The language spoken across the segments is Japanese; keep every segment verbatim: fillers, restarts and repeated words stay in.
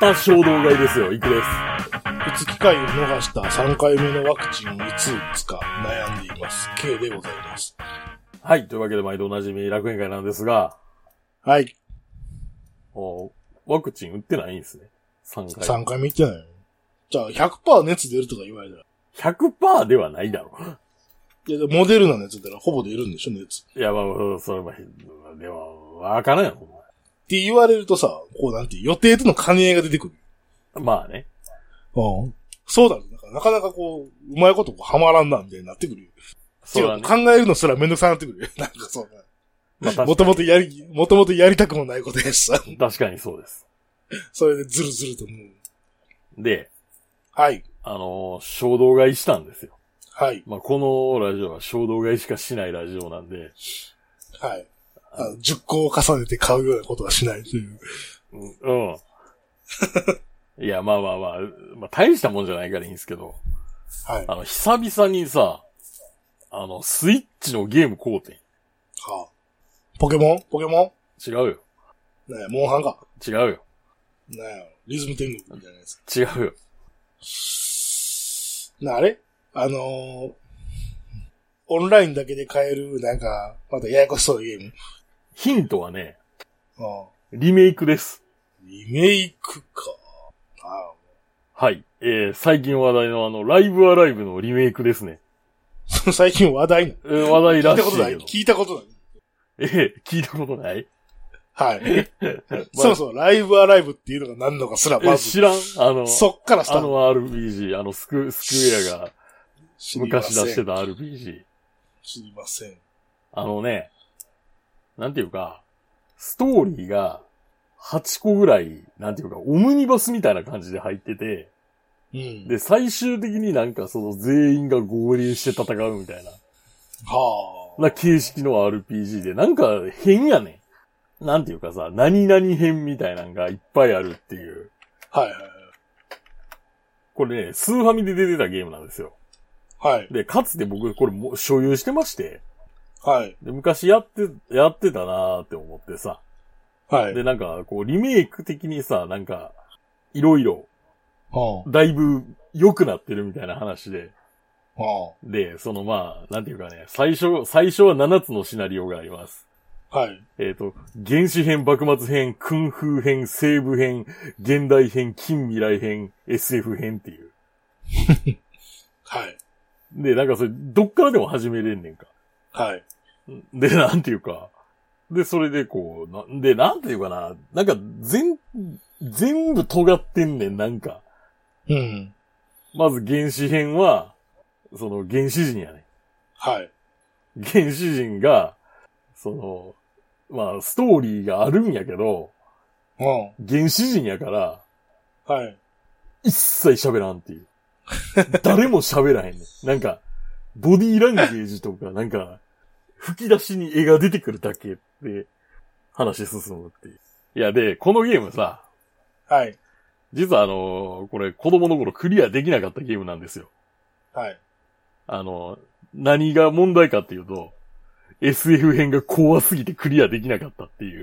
た衝動買いですよ。いくです。 打つ機会を逃したさんかいめのワクチンをいつ打つか悩んでいます。K でございます。 はい。というわけで毎度おなじみ楽園会なんですが。 はい。 おワクチン打ってないんですね。さんかい。 さんかいめ打ってない。じゃあ ひゃくパーセント 熱出るとか言われたら。 ひゃくパーセント ではないだろう。 いや、モデルナの熱だったらほぼ出るんでしょ、熱。 いや、まあ、それは、でも、わからんよ、お前。 って言われるとさ、こうなんて予定との兼ね合いが出てくる。 まあね。 うん。そうだね。なかなかこう、うまいことこうはまらんな、みたいになってくるよ。そうだね。考えるのすらめんどくさくなってくるよ。なんかそうな。まあ、もともとやり、もともとやりたくもないことやしさ。 確かにそうです。 それでずるずるともう。で。 はい。あのー、衝動買いしたんですよ。 はい。 まあ、このラジオは衝動買いしかしないラジオなんで。 はい。あの、じゅっこを重ねて買うようなことはしないという。 うん。うんいや、まあまあまあ、まあ大したもんじゃないからいいんですけど。 はい。 あの、久々にさ、あの、スイッチのゲーム買うてん。 はあ。ポケモンポケモン違うよ。 ねえ、モンハンか。 違うよ。 ねえ、リズム天国みたいなやつ。 違うよ。 なあれあのー、オンラインだけで買える、なんか、またややこしそうなゲーム。 ヒントはね、 ああリメイクです。 リメイクか。ああはい。えー、最近話題のあの、ライブアライブのリメイクですね。 最近話題な、 えー、話題らしいけど。 聞いたことない。聞いたことない。 えー、聞いたことないはい。そうそう、ライブアライブっていうのが何のかすらまず。 知らんあの、 そっからスタート。 あの アールピージー、あのスク、スクエアが昔出してた アールピージー。 知りません。 あのね、なんていうか、ストーリーがはちこぐらい、なんていうか、オムニバスみたいな感じで入ってて、 うん、 で、最終的になんかその全員が合流して戦うみたいな。 はあ。な形式の アールピージー で、なんか変やねん。なんていうかさ、何々編みたいなのがいっぱいあるっていう。 はいはいはい。 これね、スーファミで出てたゲームなんですよ。 はい。 で、かつて僕これも所有してまして。 はい。 で、昔やって、やってたなーって思ってさ。 はい。 で、なんか、こう、リメイク的にさ、なんか、いろいろ、 はあ、 だいぶ良くなってるみたいな話で。 はあ、 で、そのまあ、なんていうかね、最初、最初はななつのシナリオがあります。 はい。 えっと、原始編、幕末編、訓風編、西部編、現代編、近未来編、エスエフ 編っていう。 はい。 で、なんかそれ、どっからでも始めれんねんか。 はい。 で、なんていうか。で、それでこう、なで、なんていうかな。なんか、全、全部尖ってんねん、なんか。 うん。 まず原始編は、その原始人やね。 はい。 原始人が、その、まあ、ストーリーがあるんやけど、 うん。 原始人やから、 はい。 一切喋らんっていう。誰も喋らへんねん。なんか、ボディーランゲージとか、なんか、吹き出しに絵が出てくるだけで、話進むっていう。いや、で、このゲームさ、 はい。 実はあのー、これ子供の頃クリアできなかったゲームなんですよ。はい。あのー、何が問題かっていうと、エスエフ 編が怖すぎてクリアできなかったっていう。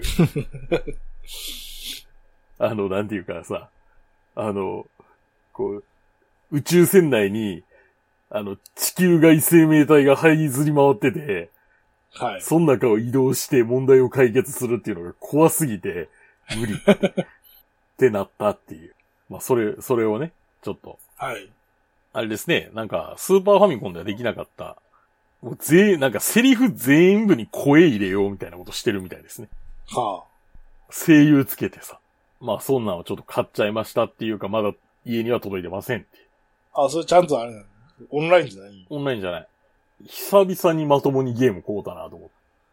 あの、なんていうかさ、あの、こう、宇宙船内に、あの、地球外生命体が這いずり回ってて、はい。その中を移動して問題を解決するっていうのが怖すぎて、無理。ってなったっていう。まあ、それ、それをね、ちょっと。はい。あれですね、なんか、スーパーファミコンではできなかった、もう全員、なんかセリフ全部に声入れようみたいなことしてるみたいですね。はあ。声優つけてさ。まあ、そんなのちょっと買っちゃいましたっていうか、まだ家には届いてませんっていう。あ、それちゃんとあれなの？オンラインじゃない？オンラインじゃない。久々にまともにゲーム買おうたなと思って。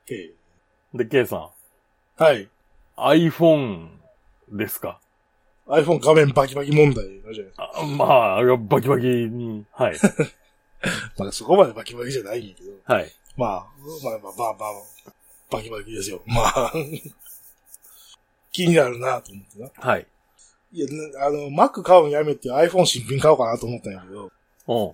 へえ。で、ケイさん。はい。iPhone ですか？ iPhone 画面バキバキ問題じゃないですか。あまあ、バキバキに、はい。まあそこまでバキバキじゃないんやけど。はい。まあ、まあまあまあまあ、バキバキですよ。まあ、気になるなと思ってな。はい。いや、あの、Mac 買うんやめて iPhone 新品買おうかなと思ったんやけど。うん。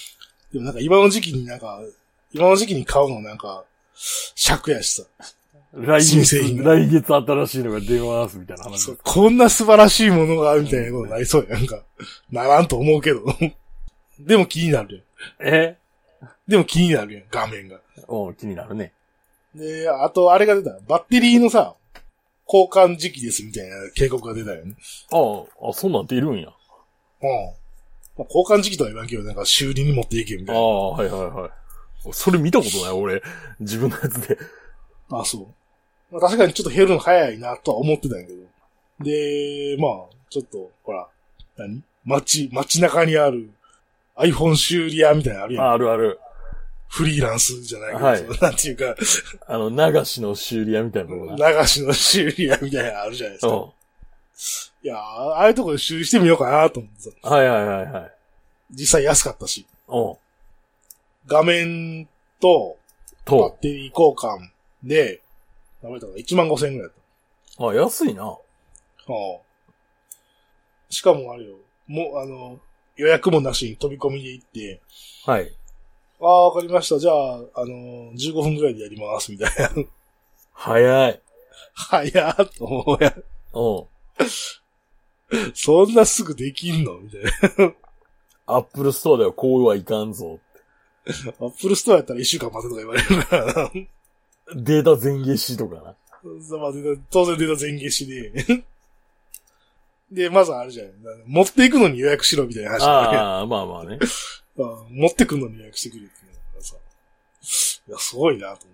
でもなんか今の時期になんか、今の時期に買うのなんか、尺やしさ。 来月、来月新しいのが出ますみたいな話。 こんな素晴らしいものがあるみたいなことになりそうやんか。ならんと思うけど。でも気になるやん。えでも気になるやん、画面が。 おう気になるね。 で、あとあれが出た。バッテリーのさ、交換時期ですみたいな警告が出たよね。 ああ、あ、そんなんているんや。 うん。まあ、交換時期とは言わんけど、なんか修理に持っていけみたいな。ああ、はいはいはい。それ見たことない、俺。自分のやつで。 ああ、そう。まあ、確かにちょっと減るの早いなとは思ってたんやけど。で、まあ、ちょっと、ほら、何街、街中にある iPhone 修理屋みたいなのあるやん。 あるある。 フリーランスじゃないけど、はい、なんていうか。 あの、流しの修理屋みたいなとこな。流しの修理屋みたいなのあるじゃないですか。いや、ああいうとこで修理してみようかなと思ってさ。はいはいはいはい。 実際安かったし。 お画面と、バッテリー交換で、ダメだったいちまんごせんえんくらいだった。 あ、安いな。ああ。しかもあれよ、もう、あの、予約もなしに飛び込みで行って、 はい。 ああ、わかりました。じゃあ、あの、じゅうごふんくらいでやります、みたいな。 早い。 早っと思うや。 おう。 そんなすぐできんのみたいな。 アップルストアではこうはいかんぞ。 アップルストアやったら一週間待てとか言われるからな。 データ全消しとかな。 当然データ全消しで。で、まずあるじゃん。持っていくのに予約しろみたいな話。 ああ、まあまあね。 ああ持ってくのに予約してくれっていうのがさ。いや、すごいなと思って。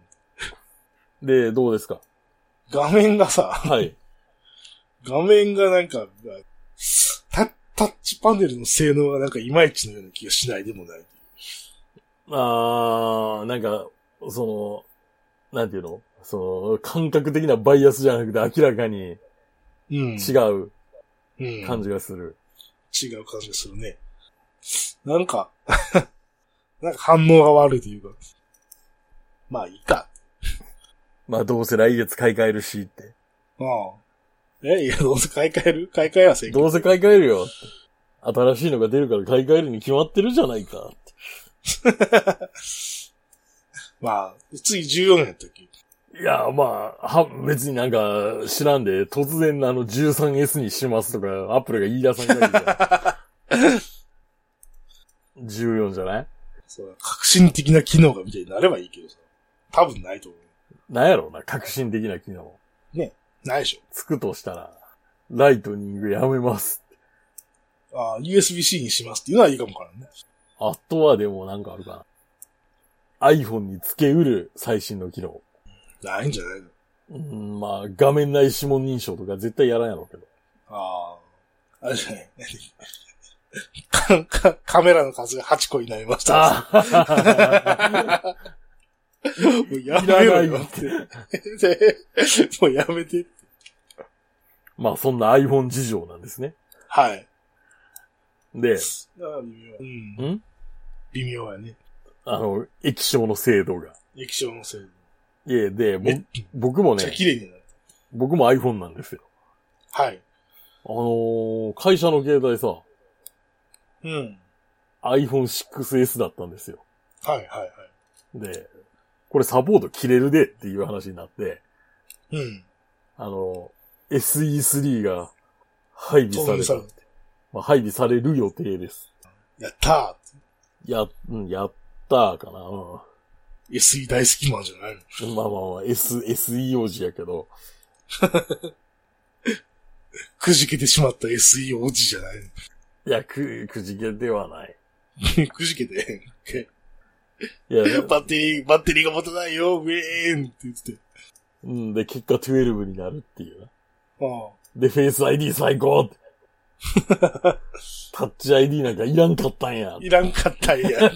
で、どうですか？ 画面がさ。はい。画面がなんか、タ, タッチパネルの性能がなんかいまいちのような気がしないでもない。 あー、なんか、その、なんていうのその、感覚的なバイアスじゃなくて明らかに違う感じがする。うんうん、 違う感じがするね。なんか、なんか反応が悪いというか。まあいいか。 まあどうせ来月買い替えるしって。 ああ。え、いや、どうせ買い替える買い替えはせんけど。 どうせ買い替えるよ。新しいのが出るから買い替えるに決まってるじゃないかって。 まあ、次じゅうよんやったっけ？ いや、まあ、は、別になんか知らんで、突然あの じゅうさんエス にしますとか、アップルが言い出さんから。じゅうよんじゃない？ そう、革新的な機能がみたいになればいいけどさ。多分ないと思う。 なんやろうな、革新的な機能。 ね。ないでしょ。 つくとしたら、ライトニングやめますって。 ああ、ユーエスビーシー にしますっていうのはいいかもからね。 あとはでもなんかあるかな。iPhone に付けうる最新の機能。 ないんじゃないの？ うん、まあ、画面内指紋認証とか絶対やらんやろうけど。 ああ、あれじゃない。か、か、カメラの数がはちこになりました。もうやめろよって。もうやめてって。 まあそんな iPhone 事情なんですね。 はい。 で、 うん、ん微妙やね。 あの、液晶の精度が。 液晶の精度。 いえ、で、ぼ僕もね、 めっちゃ綺麗になる。 僕も iPhone なんですよ。 はい。 あのー、会社の携帯さ、 うん。 アイフォンシックスエス だったんですよ。 はいはいはい。 で、これサポート切れるでっていう話になって、 うん。 あの、エスイースリー が配備されたって。まあ、配備される予定です。 やったーや、うん、やったーかな。うん、 エスイー 大好きマンじゃないの？まあまあまあ、S、エスイー 王子やけど。 くじけてしまった エスイー 王子じゃないの？ いや、く、くじけではない。 くじけて。 いや、 バッテリー、バッテリーが持たないよ、ウェーンって言ってて。 うん、で、結果じゅうにになるっていうな。 ああ。 で、フェイス アイディー 最高って。タッチ アイディー なんかいらんかったんや。 いらんかったんや。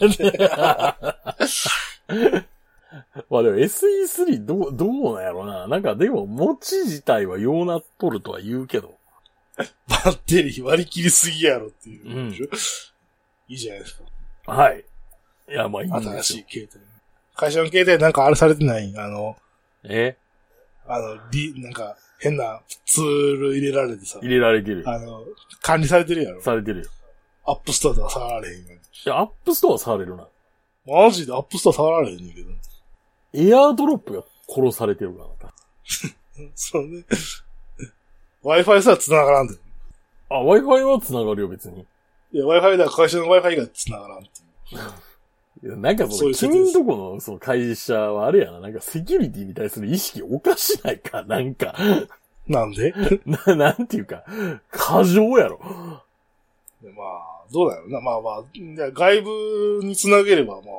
まあでも エスイースリー どう、どうなんやろな。なんかでも、持ち自体はようなっとるとは言うけど。 バッテリー割り切りすぎやろっていう。うん、いいじゃないですか。 はい。いや、まあいいんですよ。 新しい携帯。会社の携帯なんかあれされてないあの、 えあの、D、なんか変なツール入れられてさ。 入れられてる。 あの、管理されてるやろ。 されてるよ。 アップストアとか触られへんよ。いや、アップストア触れるな。 マジでアップストア触られへんねんけど。 エアードロップが殺されてるからな。 そうね。Wi-Fi さ、繋がらんで。 あ、Wi-Fi は繋がるよ、別に。 いや、Wi-Fi だ、会社の Wi-Fi が繋がらんっていう。 いや、なんかその、君んとこのその会社はあれやな、なんかセキュリティに対する意識おかしないか、なんか。 なんでな、なんていうか、過剰やろ。 まあ、どうだろうな。まあまあ、外部に繋げれば、まあ、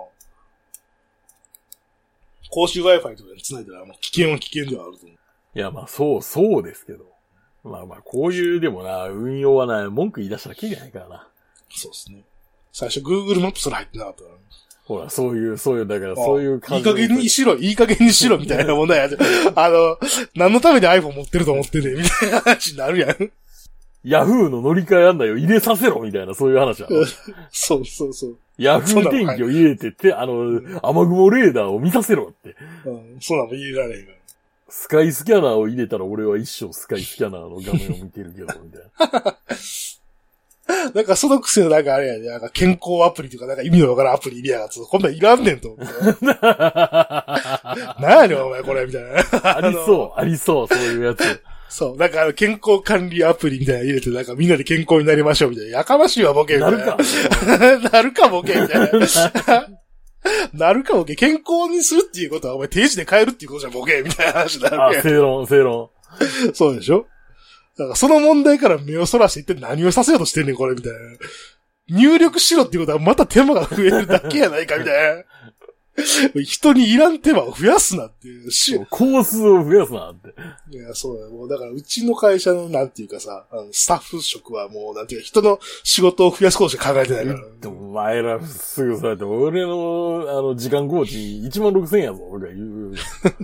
公衆 Wi-Fi とかに繋いだら、まあ、危険は危険ではあると思う。 いや、まあ、そう、そうですけど。まあまあ、こういうでもな、運用はな、文句言い出したらきりないからな。 そうですね。最初 Google マップすら入ってなかったから、ね。 ほら、そういう、そういう、だからそういう感じ。いい加減にしろ、いい加減にしろ、みたいな問題や。あの、何のために iPhone 持ってると思ってね、みたいな話になるやん。 ヤフーの乗り換え案内を入れさせろ、みたいな、そういう話だ。 そうそうそう。 ヤフー天気を入れてって、あの、うん、雨雲レーダーを見させろって。 うん、そうなの入れられへんから。 スカイスキャナーを入れたら俺は一生スカイスキャナーの画面を見てるけど、みたいな。 なんかそのくせのなんかあれやね、なんか健康アプリとかなんか意味のわからんアプリ入れやがって、こんなんいらんねんと思って。なんやねんお前これ、みたいな。 ありそう、ありそう、そういうやつ。 そう、なんかあの健康管理アプリみたいなの入れて、なんかみんなで健康になりましょうみたいな。やかましいわボケみたいな。 なるか。 なるかボケみたいな。なるかボケ。健康にするっていうことはお前定時で変えるっていうことじゃボケみたいな話になるわけ。 あ、正論、正論。 そうでしょ？だからその問題から目をそらして一体何をさせようとしてんねんこれみたいな。入力しろっていうことはまた手間が増えるだけやないかみたいな。人にいらん手間を増やすなっていう。 コースを増やすなって。 いや、そうだよ。もうだからうちの会社のなんていうかさ、あのスタッフ職はもうなんていうか人の仕事を増やすことしか考えてないから。 でも前らすぐそうやって俺のあの時間コーチいちまんろくせんえんやぞ、俺が言う。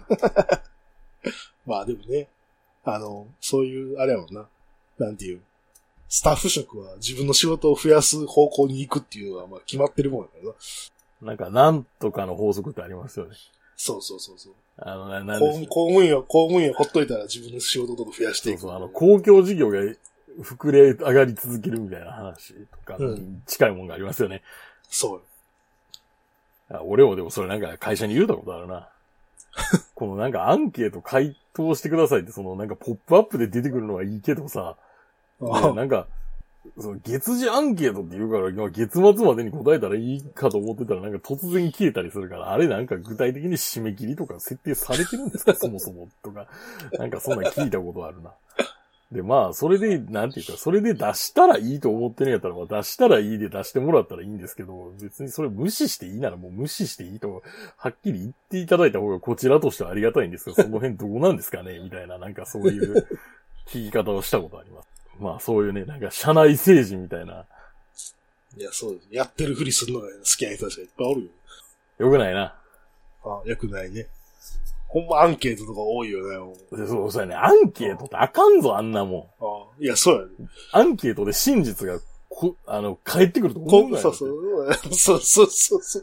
まあでもね。あの、そういう、あれやもんな。なんていう。スタッフ職は自分の仕事を増やす方向に行くっていうのは、まあ決まってるもんやからな。なんか、なんとかの法則ってありますよね。 そうそうそうそう。 あの、な、なんで公, 公務員は、公務員はほっといたら自分の仕事をどんどん増やしていく。 そうそう、あの、公共事業が膨れ上がり続けるみたいな話とか、近いもんがありますよね。うん、 そうあ。俺もでもそれなんか会社に言うたことあるな。このなんかアンケート回答してくださいって、そのなんかポップアップで出てくるのはいいけどさ、ね、なんか、その月次アンケートって言うから、月末までに答えたらいいかと思ってたらなんか突然消えたりするから、あれなんか具体的に締め切りとか設定されてるんですかそもそもとか、なんかそんな聞いたことあるな。で、まあ、それで、なんていうか、それで出したらいいと思ってるんやったら、まあ出したらいいで出してもらったらいいんですけど、別にそれ無視していいならもう無視していいと、はっきり言っていただいた方がこちらとしてはありがたいんですけど、その辺どうなんですかねみたいな、なんかそういう聞き方をしたことあります。まあそういうね、なんか社内政治みたいな。 いや、そうです。やってるふりするのが好きな人たちがいっぱいおるよ。 よくないな。 ああ、よくないね。ほんまアンケートとか多いよね。 そう、そうやね。アンケートってあかんぞ、あんなもん。 ああいや、そうやね。 アンケートで真実がこ、あの、返ってくると思うんだよ。 そうそう。そうそうそうそう。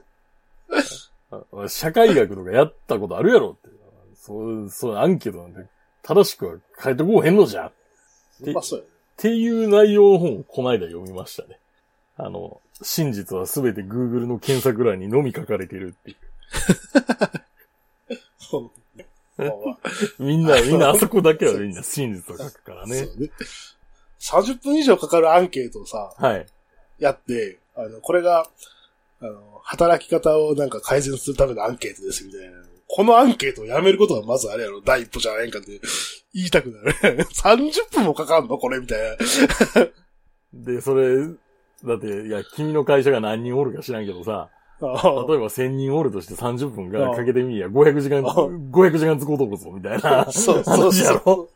社会学とかやったことあるやろって。そう、そう、アンケートなんて正しくは返ってこうへんのじゃ。 まあそうやね。 っていう内容の本をこの間読みましたね。あの、真実はすべて Google の検索欄にのみ書かれてるっていう。みんな、みんなあそこだけはみんな真実を書くからね。そうね。 さんじゅっぷん以上かかるアンケートをさ、 はい。 やって、あの、これが、あの、働き方をなんか改善するためのアンケートですみたいな。このアンケートをやめることはまずあれやろ、第一歩じゃないんかって言いたくなる。さんじゅっぷんもかかんのこれみたいな。で、 それ、だって、いや、君の会社が何人おるか知らんけどさ、例えばせんにんおるとしてさんじゅっぷんがかけてみや、ごひゃくじかん、ごひゃくじかん使うとくぞ、みたいな。 そうそうそう。やろ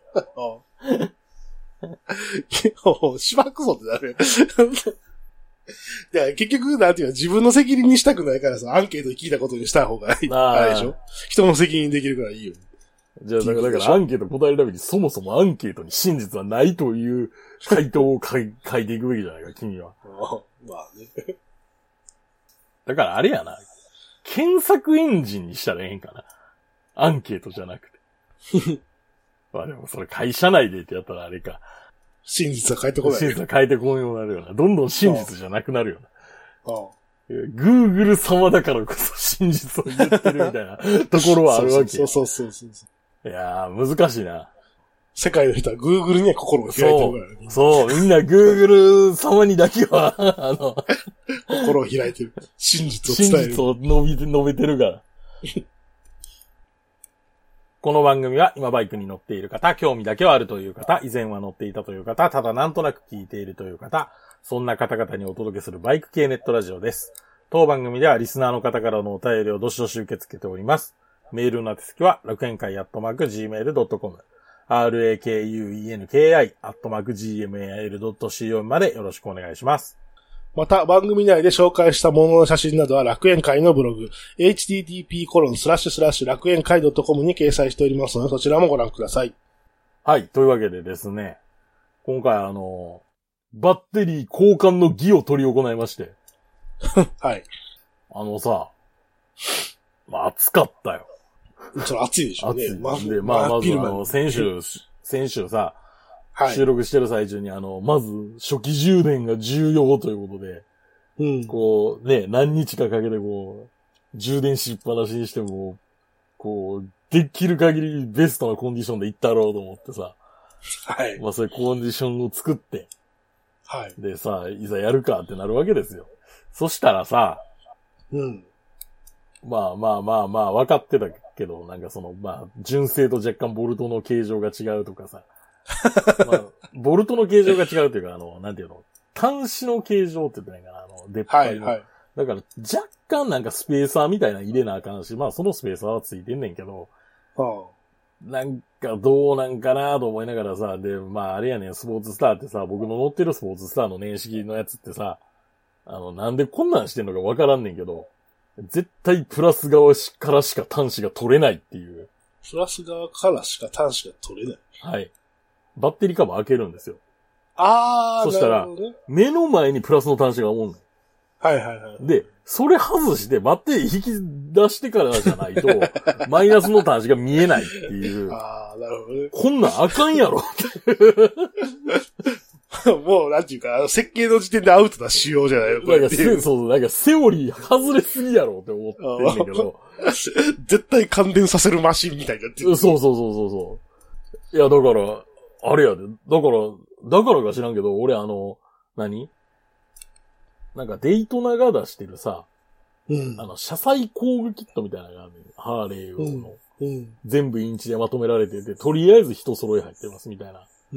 しばくぞってなる。いや、結局、なんていうか、自分の責任にしたくないからさ、アンケートで聞いたことにした方がいい。あれでしょ？人の責任できるからいいよ。 じゃあ、だから、だからアンケート答えるために、そもそもアンケートに真実はないという回答を書い書いていくべきじゃないか、君は。 まあね。 だからあれやな。検索エンジンにしたらええんかな。アンケートじゃなくて。まあでもそれ会社内でってやったらあれか。 真実は変えてこない。 真実は変えてこんようになるよな。どんどん真実じゃなくなるよな。ああ Google 様だからこそ真実を言ってるみたいなところはあるわけ。 そうそうそうそうそう。 いやー、難しいな。 世界の人は Google には心を開いてるからね。 そう、そうみんな Google 様にだけは、あの、 心を開いてる。真実を伝える。 真実を述べて、述べてるから。この番組は今バイクに乗っている方、興味だけはあるという方、以前は乗っていたという方、ただなんとなく聞いているという方、そんな方々にお届けするバイク系ネットラジオです。当番組ではリスナーの方からのお便りをどしどし受け付けております。メールの宛先は楽園会アットマーク ジーメールドットコム、ラクエンカイアットマーク ジーメールドットコム までよろしくお願いします。 また、番組内で紹介したものの写真などは楽園会のブログ、エイチティーティーピーコロンスラッシュスラッシュ楽園会ドットコム に掲載しておりますので、そちらもご覧ください。 はい、というわけでですね、今回あの、バッテリー交換の儀を取り行いまして。 はい。 あのさ、まあ、暑かったよ。 それ暑いでしょうね。 暑い。まあ、で、まあ、まずあの、先週、先週さ、はい、収録してる最中にあの、まず初期充電が重要ということで、うん、こうね、何日かかけてこう、充電しっぱなしにしても、こう、できる限りベストなコンディションで行ったろうと思ってさ、はい。まあそういうコンディションを作って、はい。でさ、いざやるかってなるわけですよ。そしたらさ、うん。まあまあまあまあ分かってたけど、なんかその、まあ、純正と若干ボルトの形状が違うとかさ、まあ、ボルトの形状が違うというか、あの、なんていうの、端子の形状って言ってないかな、あの、出っ張りの。はいはい。だから、若干なんかスペーサーみたいなの入れなあかんし、まあそのスペーサーはついてんねんけど、はあ、なんかどうなんかなと思いながらさ、で、まああれやねん、スポーツスターってさ、僕の乗ってるスポーツスターの年式のやつってさ、あの、なんでこんなんしてんのかわからんねんけど、絶対プラス側からしか端子が取れないっていう。 プラス側からしか端子が取れない。 はい。バッテリーカバー開けるんですよ。 あー、 そしたら、ね、目の前にプラスの端子が思うの。 はいはいはい。 で、それ外してバッテリー引き出してからじゃないと、マイナスの端子が見えないっていう。 あー、なるほどね。 こんなんあかんやろって。 もう、なんていうか、設計の時点でアウトな仕様じゃないよ。 なんかせ、そう、なんかセオリー外れすぎやろって思ってんだけど。 絶対感電させるマシンみたいになってる。 そうそうそうそうそう。いや、だから、あれやで。だから、だからか知らんけど、俺あの、何なんかデイトナが出してるさ、うん、あの、車載工具キットみたいなのがあるね。ハーレー用の、うんうん。全部インチでまとめられてて、とりあえず一揃え入ってますみたいな。うん、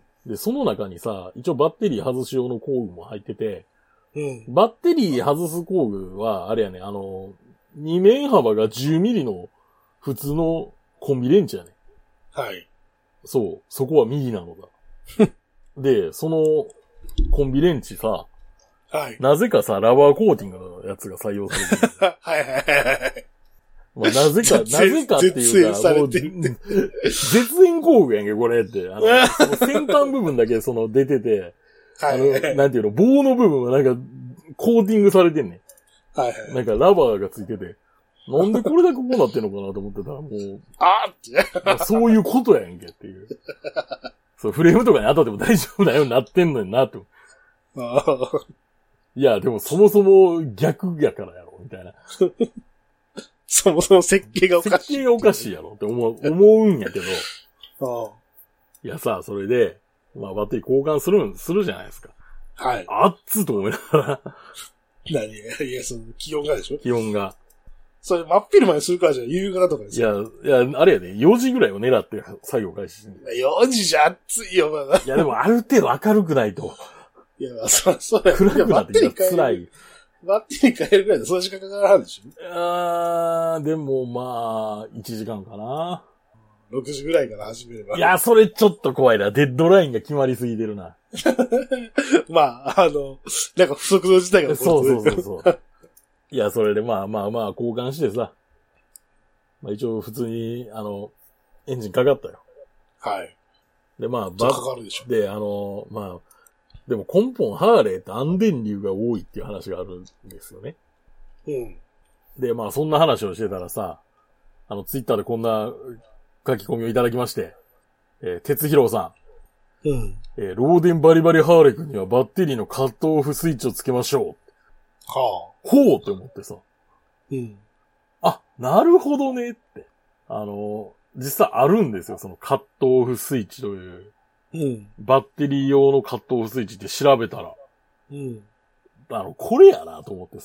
で、その中にさ、一応バッテリー外し用の工具も入ってて、うん、バッテリー外す工具は、あれやね、あの、二面幅がじゅうミリの普通のコンビレンチやね。はい。そう、そこは右なのだ。で、そのコンビレンチさ、はい。なぜかさ、ラバーコーティングのやつが採用されてる。はいはいはいはい。まあ、なぜか、なぜかっていうか、もう、絶縁工具やんけ、これって。あの、その先端部分だけその出てて、はいはいはい、あの、なんていうの、棒の部分はなんか、コーティングされてんねん。はいはい。なんかラバーがついてて、なんでこれだけこうなってんのかなと思ってたら、もう、 あーって。 そういうことやんけっていう。そう、フレームとかに当たっても大丈夫なようになってんのになと。あいや、でもそもそも逆やからやろ、みたいな。 そもそも設計がおかしい。 設計がおかしいやろって思う、思うんやけど。ああいやさ、それで、まあバッテリー交換する、するじゃないですか。はい。あっつと思いながら。 何いや、その、気温がでしょ気温が。 それ、真っ昼間にするからじゃん、夕方とかですよ。いや、いや、あれやで、よじぐらいを狙って作業開始してる。 よじじゃ暑いよ、まだ。 いや、でもある程度明るくないと。 いや、そう、そうだよ。 暗くなってきたら辛い。 バッテリー変えるぐらいでその時間かからんでしょあー、でもまあ、いちじかんかな。 ろくじぐらいから始めれば。 いや、それちょっと怖いな。デッドラインが決まりすぎてるな。 まあ、あの、なんか不足の事態が起こる。そうそうそうそう。いや、それでまあまあまあ交換してさ。まあ一応普通に、あの、エンジンかかったよ。はい。で、まあ、 バッかかるでしょ。 で、あの、まあ、でも根本ハーレーって安電流が多いっていう話があるんですよね。うん。で、まあそんな話をしてたらさ、あのツイッターでこんな書き込みをいただきまして、えー、鉄広さん。うん。えー、ローデンバリバリハーレー君にはバッテリーのカットオフスイッチをつけましょう。はあ。ほうって思ってさ。うん。あ、なるほどねって。あの、 実際あるんですよ、そのカットオフスイッチという。うん。バッテリー用のカットオフスイッチって調べたら。うん。あの、これやなと思ってさ。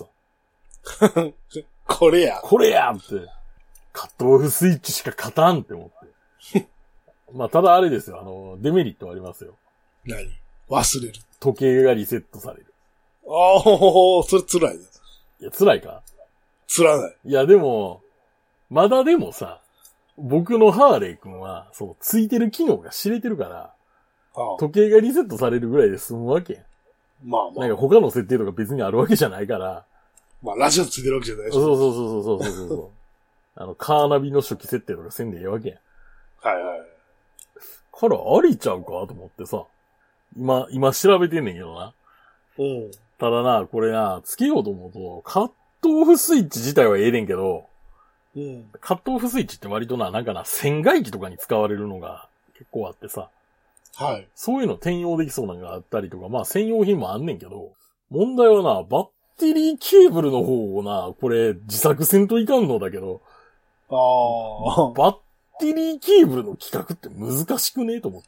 これや。 これやって。カットオフスイッチしか勝たんって思って。まあ、ただあれですよ、あの、デメリットありますよ。 何？忘れる。 時計がリセットされる。 ああ、それ辛いね。 いや、辛いか？ 辛ない。 いや、でも、まだでもさ、僕のハーレー君は、そう、ついてる機能が知れてるから、ああ、時計がリセットされるぐらいで済むわけやん。まあまあ。なんか他の設定とか別にあるわけじゃないから。 まあ、ラジオついてるわけじゃないし。 そうそうそうそうそうそうあの、カーナビの初期設定とかせんでええわけやん。はいはい。からありちゃうかと思ってさ。今、今調べてんねんけどな。うん。ただな、これな、つけようと思うと、カットオフスイッチ自体はええねんけど、うん。カットオフスイッチって割とな、なんかな、船外機とかに使われるのが結構あってさ。はい。そういうの転用できそうなのがあったりとか、まあ専用品もあんねんけど、問題はな、バッテリーケーブルの方をな、これ自作せんといかんのだけど、ああ。バッテリーケーブルの規格って難しくねえと思って。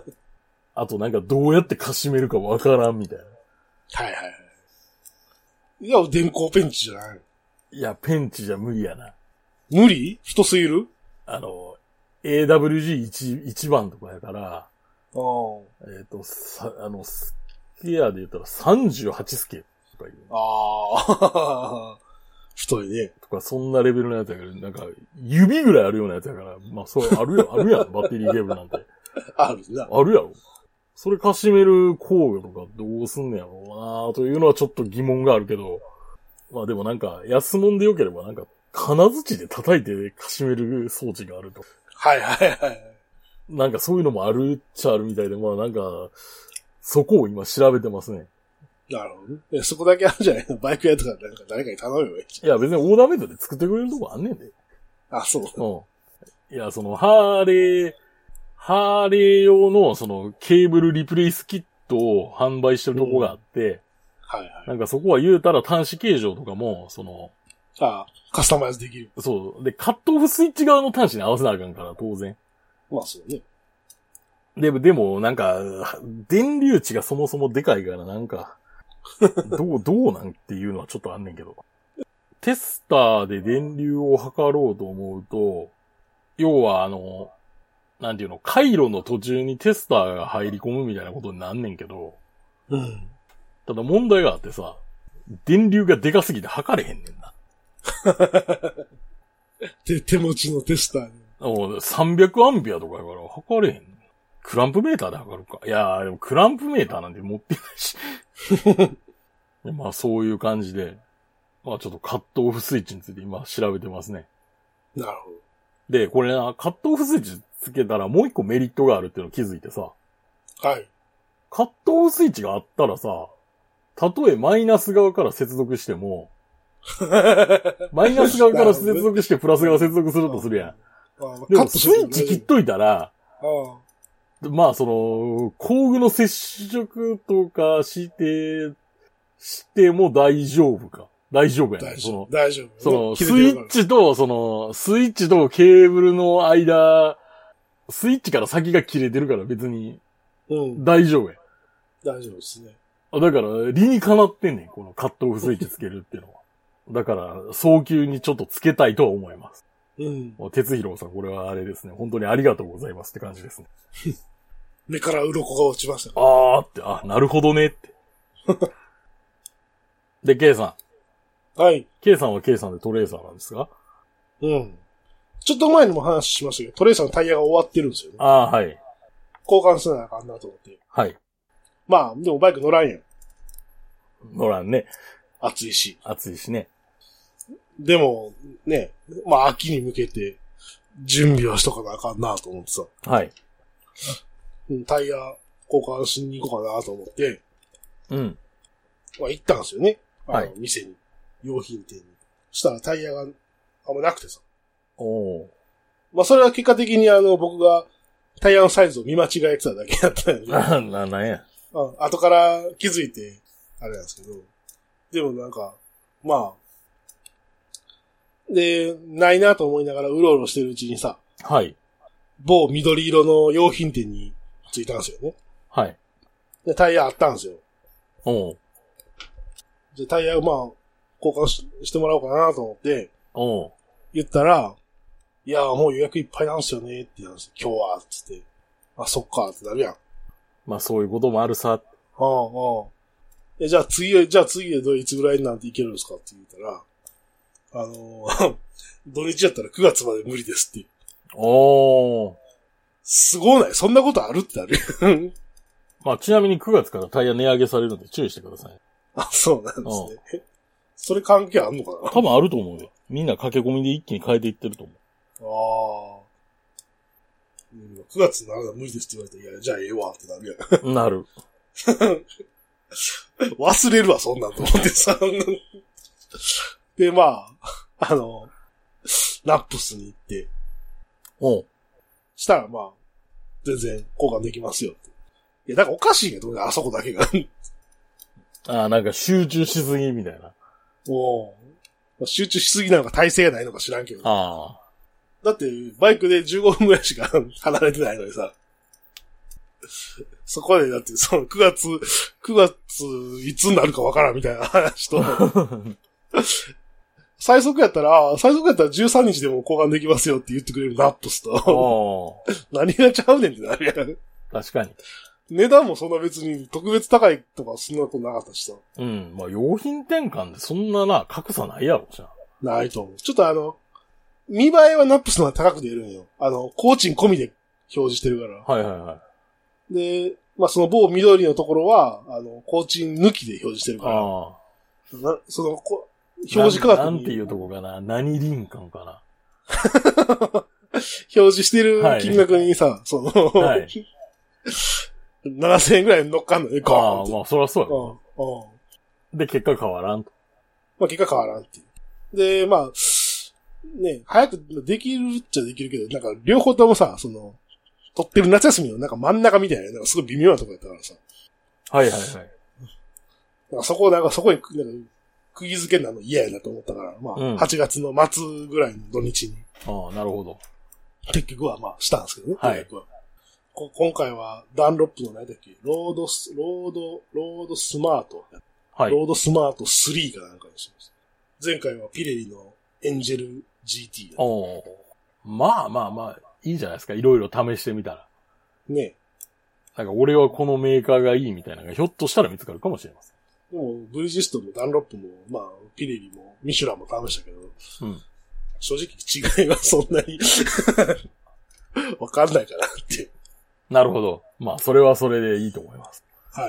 あとなんかどうやってかしめるかわからんみたいな。はいはいはい。 いや、電光ペンチじゃない。 いや、ペンチじゃ無理やな。 無理？太すぎる？ あの、エーダブリュージーいち、いちばんとかやから、えっ、ー、と、さ、あの、スケアで言ったらさんじゅうはちスケとかいう。 ああ。太いね。 とか、そんなレベルのやつやから、なんか、指ぐらいあるようなやつやから、まあ、そう、あるやん、あるやん、バッテリーケーブルなんて。 あるな。 あるやろ。それかしめる工具とかどうすんねやろうなというのはちょっと疑問があるけど、まあでもなんか、安物でよければなんか、金槌で叩いてかしめる装置があると。 はいはいはい。 なんかそういうのもあるっちゃあるみたいで、まあなんか、そこを今調べてますね。 なるほど。いや、そこだけあるじゃないの？バイク屋とかなんか誰かに頼めばいい。 いや、別にオーダーメイドで作ってくれるとこあんねんで。 あ、そう。 うん。いや、その、ハーレー、ハーレー用の、その、ケーブルリプレイスキットを販売してるとこがあって、うん、はいはい。なんかそこは言うたら端子形状とかも、その、 ああ、カスタマイズできる。 そう。で、カットオフスイッチ側の端子に合わせなあかんから、当然。 まあそうね。 でも、でも、なんか、電流値がそもそもでかいから、なんか、どう、どうなんっていうのはちょっとあんねんけど。テスターで電流を測ろうと思うと、要はあの、なんていうの、回路の途中にテスターが入り込むみたいなことになんねんけど、うん。ただ問題があってさ、電流がでかすぎて測れへんねんな。 手、手持ちのテスターに。 もうさんびゃくアンペアとかやから測れへん。クランプメーターで測るか。いやー、でもクランプメーターなんて持ってないし。まあそういう感じで、まあちょっとカットオフスイッチについて今調べてますね。 なるほど。 で、これな、カットオフスイッチつけたらもう一個メリットがあるっていうのを気づいてさ。はい。カットオフスイッチがあったらさ、たとえマイナス側から接続しても、マイナス側から接続してプラス側接続するとするやん。でもスイッチ切っといたら、まあその、工具の接触とかして、しても大丈夫か。大丈夫やね。 その、大丈夫。 その、スイッチと、その、スイッチとケーブルの間、スイッチから先が切れてるから別に、うん。大丈夫や。 大丈夫ですね。 だから、理にかなってんねん。このカットオフスイッチつけるっていうのは。だから、早急にちょっとつけたいとは思います。うん。鉄広さん、これはあれですね。本当にありがとうございますって感じですね。 目から鱗が落ちました、ね。 あーって、あ、なるほどねって。で、K さん。はい。K さんは K さんでトレーサーなんですか？ うん。ちょっと前にも話しましたけど、トレーサーのタイヤが終わってるんですよね。 ああ、はい。 交換せなあかんなと思って。はい。まあ、でもバイク乗らんやん。 乗らんね。 暑いし。 暑いしね。 でも、ね、まあ秋に向けて準備はしとかなあかんなと思ってさ。はい。タイヤ交換しに行こうかなと思って。うん。まあ行ったんですよね。はい。店に。用品店に。そしたらタイヤがあんまなくてさ。おー。まあそれは結果的にあの僕がタイヤのサイズを見間違えてただけだったんで。 あ、な、なんや。 うん。後から気づいて、あれなんですけど。でもなんか、まあ、 で、ないなと思いながらうろうろしてるうちにさ。 はい。 某緑色の用品店に着いたんですよね。 はい。 で、タイヤあったんですよ。 おう。 で、タイヤをまあ、交換 し, してもらおうかなと思って、 おう。 言ったら、いや、もう予約いっぱいなんですよねって言うんですよ。今日は、つって。あ、そっか、ってなるやん。 まあそういうこともあるさ。 ああ、ああ。え、じゃあ次、じゃあ次でどいつぐらいになんていけるんですかって言ったら、あのー、土日やったらくがつまで無理ですって。 おー。 すごないそんなことあるってあるまあちなみにくがつからタイヤ値上げされるので注意してください。 あ、そうなんですね。それ関係あんのかな多分あると思うよ。みんな駆け込みで一気に変えていってると思う。ああ。うん、くがつになら無理ですって言われたら、いや、じゃあええわってなるやん。 なる。 忘れるわ、そんなんと思ってさ。で、まあ、あの、ナップスに行って。 おう。 したら、まあ、全然交換できますよって。いや、なんかおかしいけど、あそこだけが。 ああ、なんか集中しすぎみたいな。 おう。集中しすぎなのか体勢がないのか知らんけど。 ああ。 だって、バイクでじゅうごふんぐらいしか離れてないのにさ。そこで、だって、そのくがつ、くがついつになるかわからんみたいな話と。最速やったら、最速やったらじゅうさんにちでも交換できますよって言ってくれるナップスと。何がちゃうねんってなるやん。 確かに。 値段もそんな別に特別高いとかそんなことなかったしさ。 うん。まあ、用品転換でそんなな、格差ないやろ、じゃあ。ないと思う。ちょっとあの、見栄えはナップスの方が高く出るんよ。あの、工賃込みで表示してるから。 はいはいはい。 で、まあその某緑のところは、あの、工賃抜きで表示してるから。ああ。なその、こ表示価格に。 なんていうとこかな。何輪館かな。 表示してる金額にさ、はい、その、はい、ななせんえんぐらい乗っかんのね、ガーンああ、まあそりゃそうやろ、ね。うんうん。で、結果変わらんと。 まあ結果変わらんっていう。で、まあ、ね、早くできるっちゃできるけど、なんか両方ともさ、その、撮ってる夏休みのなんか真ん中みたいな、なんかすごい微妙なとこやったからさ。 はいはいはい。 なんかそこ、なんかそこに、なんか、釘付けになるの嫌やなと思ったから、まあ、うん、はちがつの末ぐらいの土日に。 ああ、なるほど。 結局はまあ、したんですけどね。 はい。 こ今回は、ダンロップの何だっけ、ロードス、ロード、ロードスマート。はい。ロードスマートスリーかなんかにします。前回はピレリのエンジェル ジーティー だ。 おー。まあまあまあ、いいじゃないですか。いろいろ試してみたら。 ね。 なんか俺はこのメーカーがいいみたいなのがひょっとしたら見つかるかもしれません。 でも、ブリヂストンもダンロップも、まあ、ピレリも、ミシュランも試したけど、 うん。 正直違いはそんなにわかんないかなって。 なるほど。まあ、それはそれでいいと思います。 はい。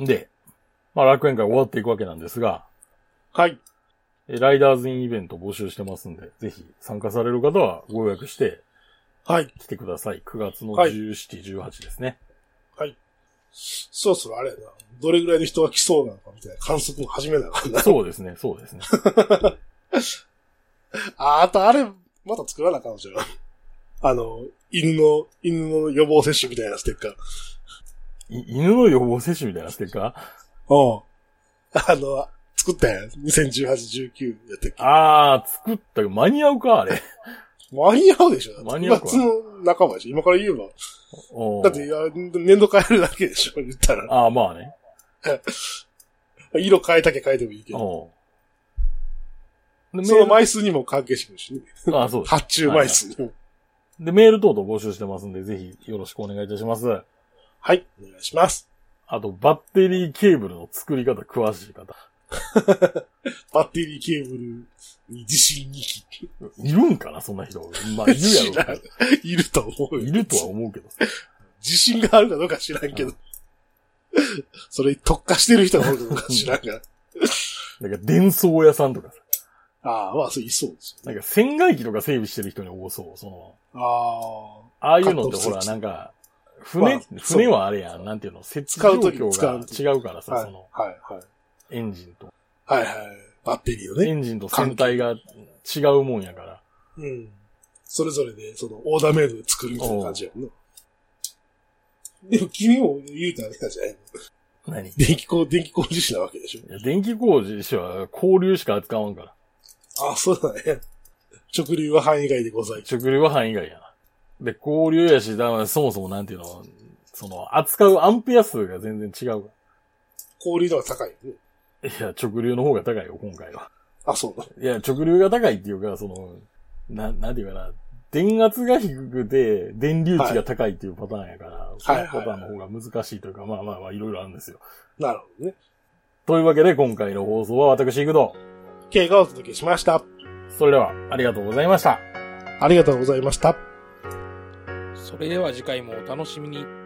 で、まあ、楽園会終わっていくわけなんですが、 はい。 ライダーズインイベント募集してますんで、ぜひ参加される方はご予約して、 はい。 来てください。くがつのじゅうしち、じゅうはちですね。 はい。そろそろあれやな。どれぐらいの人が来そうなのかみたいな観測も始めながらな。 そうですね、そうですね。 あ、あとあれ、また作らなあかんじゃん。あの、犬の、犬の予防接種みたいなステッカー。 犬の予防接種みたいなステッカーうん。あの、作ったやん。にせんじゅうはち、じゅうきゅうやったっけ。 ああ、作ったよ。間に合うか、あれ。 間に合うでしょ。 間に合うか。 夏の仲間でしょ。今から言えば。だって、年度変えるだけでしょ。言ったら。 ああ、まあね。 色変えたけ変えてもいいけど。その枚数にも関係してくるしね。 ああ、そうです。 発注枚数にも、はいはい。 で、メール等々募集してますんで、ぜひよろしくお願いいたします。 はい、お願いします。 あと、バッテリーケーブルの作り方詳しい方。 バッテリーケーブルに自信にき。 いるんかな、そんな人。まあ、いるやろうか。 いると思うよ。 いるとは思うけど。 自信があるかどうか知らんけど。それに特化してる人がおるかどうか知らんが。 なんか、伝送屋さんとかさ。 ああ、まあ、そう、いそうですよ、ね。なんか、船外機とか整備してる人に多そう、その。 ああ。ああいうのってほら、なんか、船、まあ、船はあれやん、なんていうの、設置状況が違うからさ、その。 はい、はい。 エンジンと。 はいはい。バッテリーをね。 エンジンと船体が違うもんやから。 うん。それぞれで、その、オーダーメイドで作るみたいな感じやもんな。でも君も言うたらあれじゃないの何電気工、電気工事士なわけでしょ。 いや電気工事士は交流しか扱わんから。 あ、そうだね。直流は範囲外でございます。 直流は範囲外やな。で、交流やし、だからそもそもなんていうの、その、扱うアンペア数が全然違う。 交流の方が高いよね。 いや、直流の方が高いよ、今回は。 あ、そうだ。 いや、直流が高いっていうか、その、な、なんていうかな、電圧が低くて、電流値が高いっていうパターンやから、はい、そのパターンの方が難しいというか、まあまあまあ、いろいろあるんですよ。 なるほどね。 というわけで、今回の放送は私、行くと、 K がお届けしました。 それでは、ありがとうございました。 ありがとうございました。 それでは次回もお楽しみに。